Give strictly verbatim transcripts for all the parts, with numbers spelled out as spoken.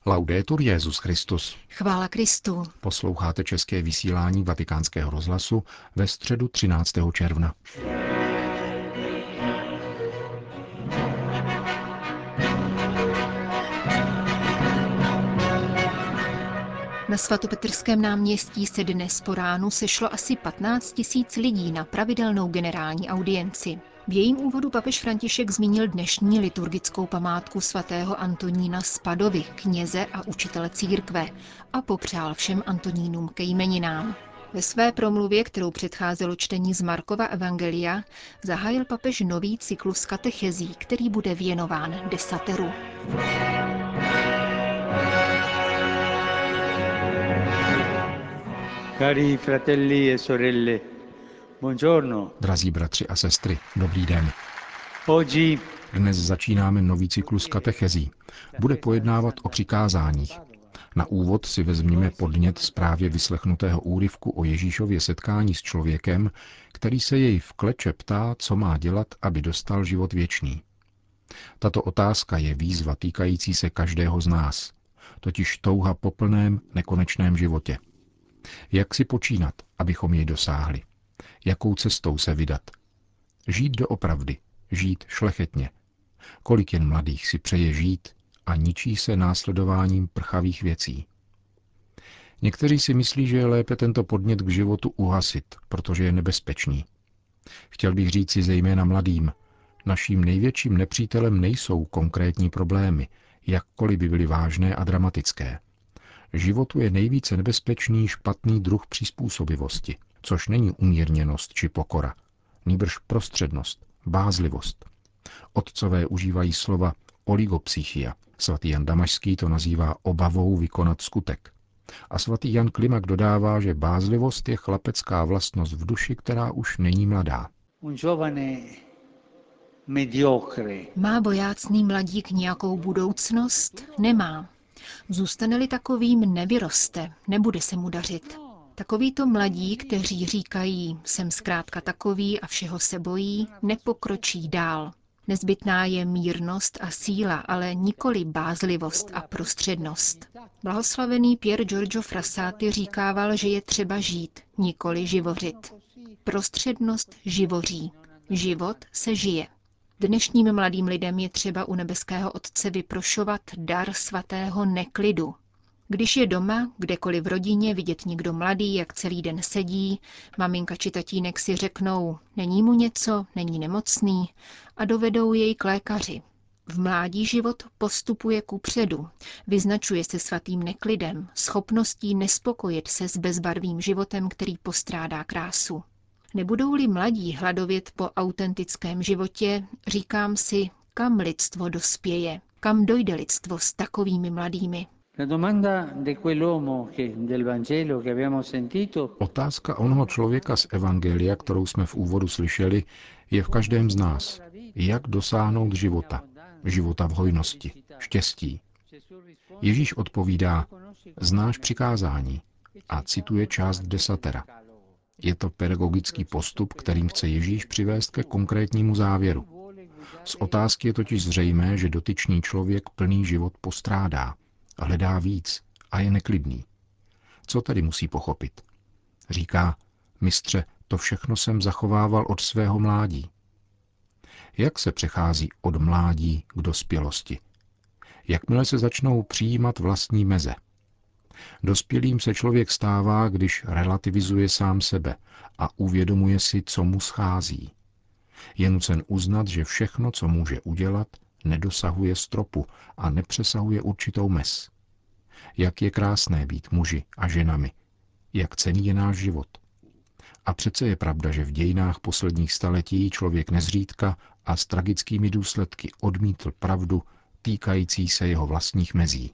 Laudetur Jesus Christus. Chvála Kristu. Posloucháte české vysílání Vatikánského rozhlasu ve středu třináctého června. Na svatopetrském náměstí se dnes po ránu sešlo asi patnáct tisíc lidí na pravidelnou generální audienci. V jejím úvodu papež František zmínil dnešní liturgickou památku svatého Antonína z Padovy, kněze a učitele církve, a popřál všem Antonínům ke jmeninám. Ve své promluvě, kterou předcházelo čtení z Markova evangelia, zahájil papež nový cyklus katechezí, který bude věnován desateru. Cari fratelli e sorelle, buongiorno. Drazí bratři a sestry, dobrý den. Oggi Dnes začínáme nový cyklus katechezí. Bude pojednávat o přikázáních. Na úvod si vezměme podnět z právě vyslechnutého úryvku o Ježíšově setkání s člověkem, který se jej v kleče ptá, co má dělat, aby dostal život věčný. Tato otázka je výzva týkající se každého z nás, totiž touha po plném, nekonečném životě. Jak si počínat, abychom jej dosáhli? Jakou cestou se vydat? Žít doopravdy, žít šlechetně. Kolik jen mladých si přeje žít a ničí se následováním prchavých věcí. Někteří si myslí, že je lépe tento podnět k životu uhasit, protože je nebezpečný. Chtěl bych říci zejména mladým, naším největším nepřítelem nejsou konkrétní problémy, jakkoliv by byly vážné a dramatické. Životu je nejvíce nebezpečný špatný druh přizpůsobivosti, což není umírněnost či pokora, nýbrž prostřednost, bázlivost. Otcové užívají slova oligopsychia. Svatý Jan Damašský to nazývá obavou vykonat skutek. A svatý Jan Klimak dodává, že bázlivost je chlapecká vlastnost v duši, která už není mladá. Má bojácný mladík nějakou budoucnost? Nemá. Zůstane-li takovým, nevyroste, nebude se mu dařit. Takovýto mladí, kteří říkají, jsem zkrátka takový a všeho se bojí, nepokročí dál. Nezbytná je mírnost a síla, ale nikoli bázlivost a prostřednost. Blahoslavený Pier Giorgio Frassati říkával, že je třeba žít, nikoli živořit. Prostřednost živoří. Život se žije. Dnešním mladým lidem je třeba u nebeského Otce vyprošovat dar svatého neklidu. Když je doma, kdekoliv v rodině vidět někdo mladý, jak celý den sedí, maminka či tatínek si řeknou, není mu něco, není nemocný, a dovedou jej k lékaři. V mládí život postupuje kupředu, vyznačuje se svatým neklidem, schopností nespokojit se s bezbarvým životem, který postrádá krásu. Nebudou-li mladí hladovět po autentickém životě, říkám si, kam lidstvo dospěje, kam dojde lidstvo s takovými mladými. Otázka onoho člověka z evangelia, kterou jsme v úvodu slyšeli, je v každém z nás. Jak dosáhnout života? Života v hojnosti, štěstí. Ježíš odpovídá, znáš přikázání, a cituje část desatera. Je to pedagogický postup, kterým chce Ježíš přivést ke konkrétnímu závěru. Z otázky je totiž zřejmé, že dotyčný člověk plný život postrádá, hledá víc a je neklidný. Co tedy musí pochopit? Říká, mistře, to všechno jsem zachovával od svého mládí. Jak se přechází od mládí k dospělosti? Jakmile se začnou přijímat vlastní meze? Dospělým se člověk stává, když relativizuje sám sebe a uvědomuje si, co mu schází. Je nucen uznat, že všechno, co může udělat, nedosahuje stropu a nepřesahuje určitou mez. Jak je krásné být muži a ženami. Jak cenný je náš život. A přece je pravda, že v dějinách posledních staletí člověk nezřídka a s tragickými důsledky odmítl pravdu týkající se jeho vlastních mezí.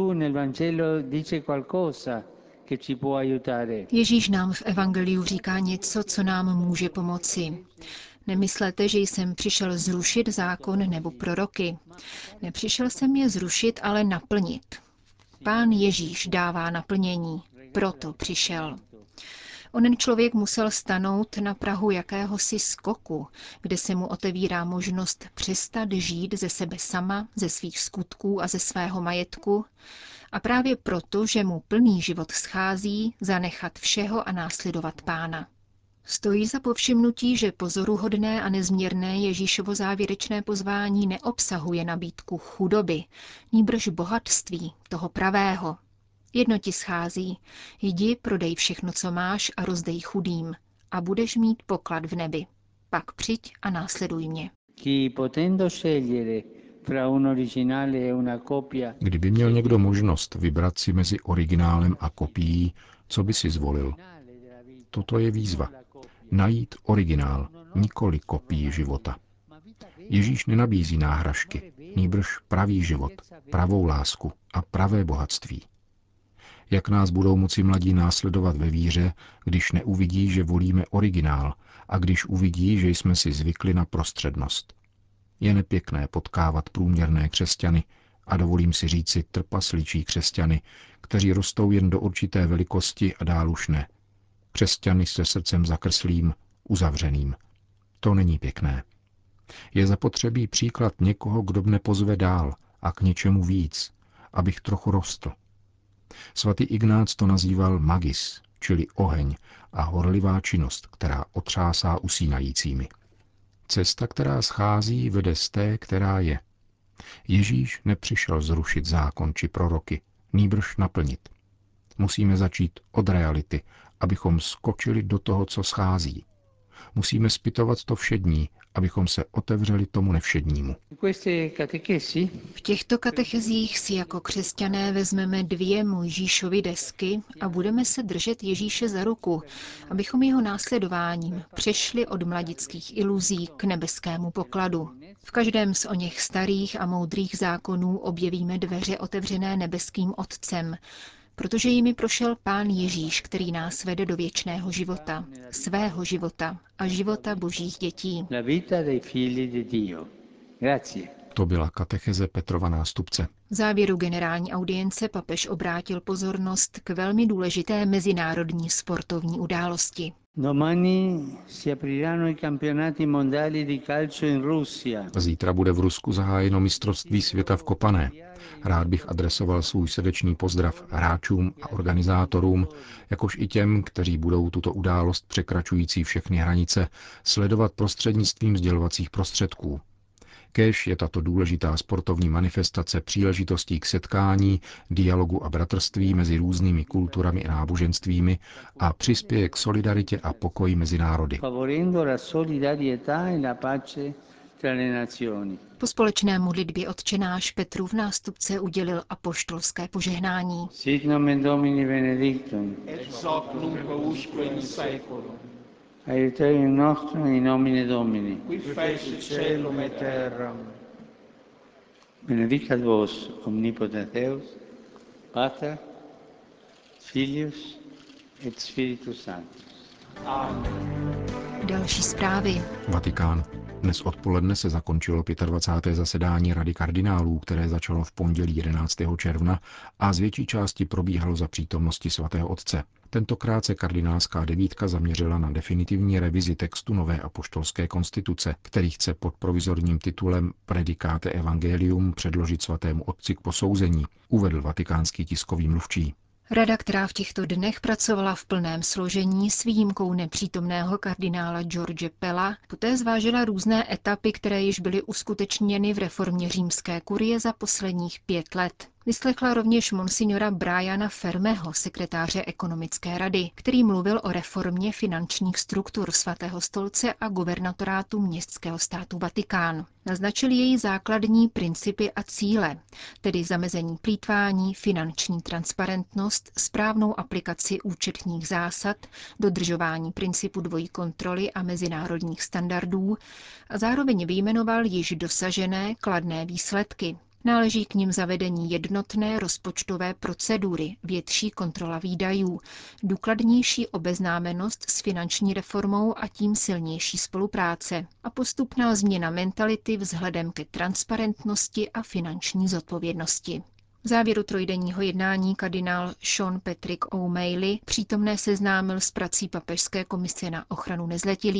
Ježíš nám v evangeliu říká něco, co nám může pomoci. Nemyslete, že jsem přišel zrušit zákon nebo proroky. Nepřišel jsem je zrušit, ale naplnit. Pán Ježíš dává naplnění, proto přišel. Onen člověk musel stanout na prahu jakéhosi skoku, kde se mu otevírá možnost přestat žít ze sebe sama, ze svých skutků a ze svého majetku A právě proto, že mu plný život schází, zanechat všeho a následovat Pána. Stojí za povšimnutí, že pozoruhodné a nezměrné Ježíšovo závěrečné pozvání neobsahuje nabídku chudoby, nýbrž bohatství, toho pravého. Jedno ti schází, jdi, prodej všechno, co máš a rozdej chudým a budeš mít poklad v nebi. Pak přijď a následuj mě. Kdyby měl někdo možnost vybrat si mezi originálem a kopií, co by si zvolil? Toto je výzva. Najít originál, nikoli kopii života. Ježíš nenabízí náhražky, nýbrž pravý život, pravou lásku a pravé bohatství. Jak nás budou moci mladí následovat ve víře, když neuvidí, že volíme originál a když uvidí, že jsme si zvykli na prostřednost. Je nepěkné potkávat průměrné křesťany a dovolím si říci trpasličí křesťany, kteří rostou jen do určité velikosti a dál už ne. Křesťany se srdcem zakrslým, uzavřeným. To není pěkné. Je zapotřebí příklad někoho, kdo mne pozve dál a k něčemu víc, abych trochu rostl. Svatý Ignác to nazýval magis, čili oheň a horlivá činnost, která otřásá usínajícími. Cesta, která schází, vede z té, která je. Ježíš nepřišel zrušit zákon či proroky, nýbrž naplnit. Musíme začít od reality, abychom skočili do toho, co schází. Musíme zpytovat to všední, abychom se otevřeli tomu nevšednímu. V těchto katechezích si jako křesťané vezmeme dvě Mojžíšovy desky a budeme se držet Ježíše za ruku, abychom jeho následováním přešli od mladických iluzí k nebeskému pokladu. V každém z oněch starých a moudrých zákonů objevíme dveře otevřené nebeským Otcem, protože jimi prošel Pán Ježíš, který nás vede do věčného života, svého života a života božích dětí. To byla katecheze Petrova nástupce. V závěru generální audience papež obrátil pozornost k velmi důležité mezinárodní sportovní události. Zítra bude v Rusku zahájeno mistrovství světa v kopané. Rád bych adresoval svůj srdečný pozdrav hráčům a organizátorům, jakož i těm, kteří budou tuto událost překračující všechny hranice sledovat prostřednictvím sdělovacích prostředků. Kéž je tato důležitá sportovní manifestace příležitostí k setkání, dialogu a bratrství mezi různými kulturami a náboženstvími a přispěje k solidaritě a pokoji mezi národy. Po společné modlitbě Otčenáš Petrův nástupce udělil apoštolské požehnání. Sit nomen Domini benedictum. Ex hoc nunc usque in seculum. Aiuterium nostrum in nomine Domini. Qui fecit caelum et terram. Benedicat vos omnipotens Deus, Pater, Filius et Spiritus Sanctus. Amen. Další zprávy. Vatikán. Dnes odpoledne se zakončilo dvacáté páté zasedání Rady kardinálů, které začalo v pondělí jedenáctého června a z větší části probíhalo za přítomnosti svatého otce. Tentokrát se kardinálská devítka zaměřila na definitivní revizi textu nové apoštolské konstituce, který chce pod provizorním titulem Predicate Evangelium předložit svatému otci k posouzení, uvedl vatikánský tiskový mluvčí. Rada, která v těchto dnech pracovala v plném složení s výjimkou nepřítomného kardinála George Pella, poté zvážila různé etapy, které již byly uskutečněny v reformě římské kurie za posledních pět let. Vyslechla rovněž monsignora Briana Fermeho, sekretáře ekonomické rady, který mluvil o reformě finančních struktur svatého stolce a guvernatorátu městského státu Vatikán. Naznačil její základní principy a cíle, tedy zamezení plýtvání, finanční transparentnost, správnou aplikaci účetních zásad, dodržování principu dvojí kontroly a mezinárodních standardů a zároveň vyjmenoval již dosažené kladné výsledky. Náleží k nim zavedení jednotné rozpočtové procedury, větší kontrola výdajů, důkladnější obeznámenost s finanční reformou a tím silnější spolupráce a postupná změna mentality vzhledem ke transparentnosti a finanční zodpovědnosti. V závěru trojdenního jednání kardinál Sean Patrick O'Malley přítomné seznámil s prací Papežské komise na ochranu nezletilých.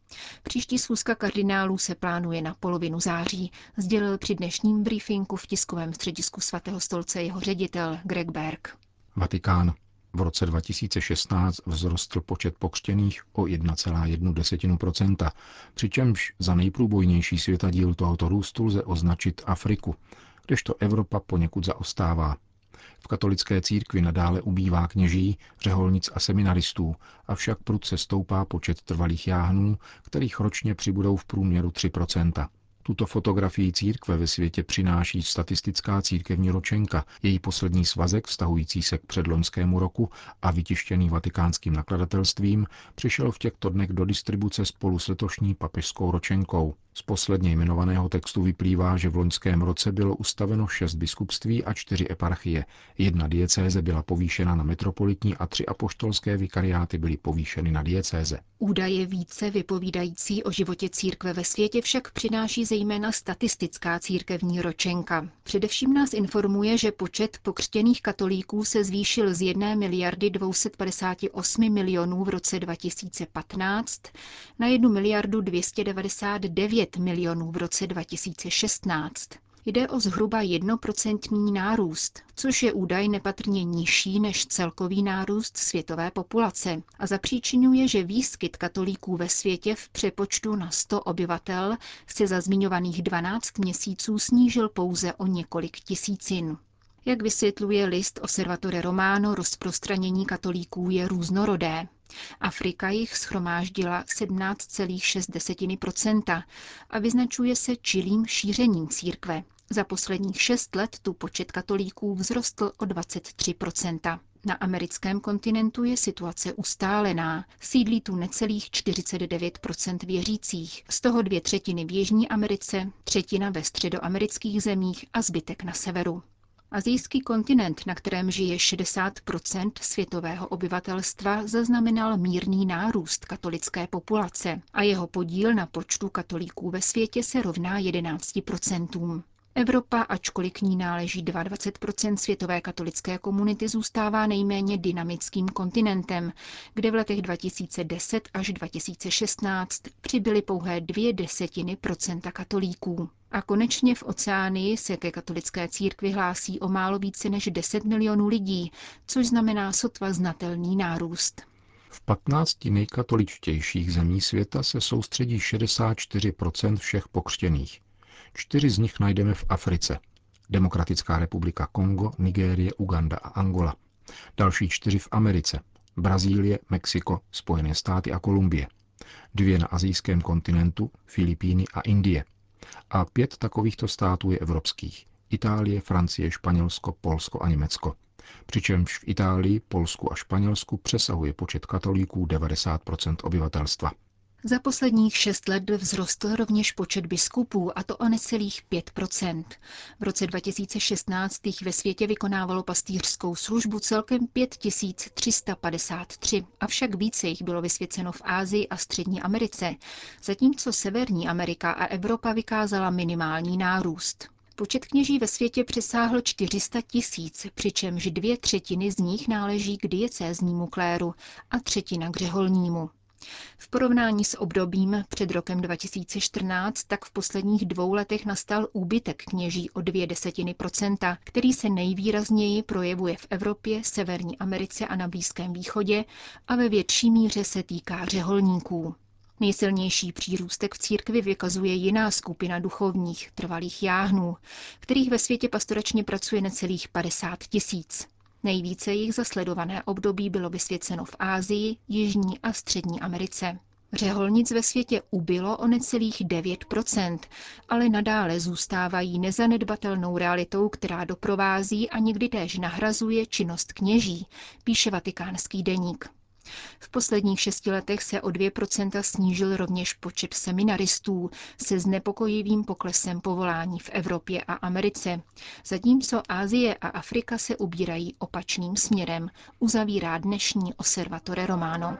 Příští schůzka kardinálů se plánuje na polovinu září, sdělil při dnešním briefingu v tiskovém středisku Svatého stolce jeho ředitel Greg Berg. Vatikán. V roce dva tisíce šestnáct vzrostl počet pokřtěných o jedna celá jedna procenta, přičemž za nejprůbojnější světadíl tohoto růstu lze označit Afriku, kdežto Evropa poněkud zaostává. V katolické církvi nadále ubývá kněží, řeholnic a seminaristů, avšak prudce stoupá počet trvalých jáhnů, kterých ročně přibudou v průměru tři procenta. Tuto fotografii církve ve světě přináší statistická církevní ročenka, její poslední svazek vztahující se k předloňskému roku a vytištěný vatikánským nakladatelstvím přišel v těchto dnech do distribuce spolu s letošní papežskou ročenkou. Z posledně jmenovaného textu vyplývá, že v loňském roce bylo ustaveno šest biskupství a čtyři eparchie. Jedna diecéze byla povýšena na metropolitní a tři apoštolské vikariáty byly povýšeny na diecéze. Údaje více vypovídající o životě církve ve světě však přináší zejména statistická církevní ročenka. Především nás informuje, že počet pokřtěných katolíků se zvýšil z jedné miliardy dvě stě padesát osm milionů v roce dva tisíce patnáct na jednu miliardu dvě stě devadesát devět milionů v roce dva tisíce šestnáct. Jde o zhruba jednoprocentní nárůst, což je údaj nepatrně nižší než celkový nárůst světové populace a zapříčiňuje, že výskyt katolíků ve světě v přepočtu na sto obyvatel se za zmiňovaných dvanáct měsíců snížil pouze o několik tisícin. Jak vysvětluje list Osservatore Romano, rozprostrannění katolíků je různorodé. Afrika jich shromáždila sedmnáct celá šest procenta a vyznačuje se čilým šířením církve. Za posledních šest let tu počet katolíků vzrostl o dvacet tři procent. Na americkém kontinentu je situace ustálená. Sídlí tu necelých čtyřicet devět procent věřících, z toho dvě třetiny v Jižní Americe, třetina ve středoamerických zemích a zbytek na severu. Asijský kontinent, na kterém žije šedesát procent světového obyvatelstva, zaznamenal mírný nárůst katolické populace a jeho podíl na počtu katolíků ve světě se rovná jedenácti procentům. Evropa, ačkoliv k ní náleží dvacet dva procent světové katolické komunity, zůstává nejméně dynamickým kontinentem, kde v letech dva tisíce deset až dva tisíce šestnáct přibyly pouhé dvě desetiny procenta katolíků. A konečně v Oceánii se ke katolické církvi hlásí o málo více než deset milionů lidí, což znamená sotva znatelný nárůst. V patnácti nejkatoličtějších zemí světa se soustředí šedesát čtyři procent všech pokřtěných. Čtyři z nich najdeme v Africe. Demokratická republika Kongo, Nigérie, Uganda a Angola. Další čtyři v Americe. Brazílie, Mexiko, Spojené státy a Kolumbie. Dvě na asijském kontinentu, Filipíny a Indie. A pět takovýchto států je evropských. Itálie, Francie, Španělsko, Polsko a Německo. Přičemž v Itálii, Polsku a Španělsku přesahuje počet katolíků devadesát procent obyvatelstva. Za posledních šest let vzrostl rovněž počet biskupů, a to o necelých pět procent. V roce dva tisíce šestnáct jich ve světě vykonávalo pastýřskou službu celkem pět tisíc tři sta padesát tři, avšak více jich bylo vysvěceno v Asii a Střední Americe, zatímco Severní Amerika a Evropa vykázala minimální nárůst. Počet kněží ve světě přesáhl čtyři sta tisíc, přičemž dvě třetiny z nich náleží k diecéznímu kléru a třetina k řeholnímu. V porovnání s obdobím před rokem dva tisíce čtrnáct tak v posledních dvou letech nastal úbytek kněží o dvě desetiny procenta, který se nejvýrazněji projevuje v Evropě, Severní Americe a na Blízkém východě a ve větší míře se týká řeholníků. Nejsilnější přírůstek v církvi vykazuje jiná skupina duchovních, trvalých jáhnů, kterých ve světě pastoračně pracuje necelých padesát tisíc. Nejvíce jich za sledované období bylo vysvěceno v Asii, Jižní a Střední Americe. Řeholnic ve světě ubylo o necelých devět procent, ale nadále zůstávají nezanedbatelnou realitou, která doprovází a někdy též nahrazuje činnost kněží, píše Vatikánský deník. V posledních šesti letech se o dvě procenta snížil rovněž počet seminaristů se znepokojivým poklesem povolání v Evropě a Americe, zatímco Asie a Afrika se ubírají opačným směrem, uzavírá dnešní Osservatore Romano.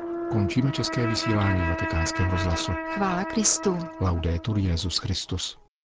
Končíme české vysílání Vatikánského rozhlasu. Chvála Kristu. Laudetur Jesus Christus.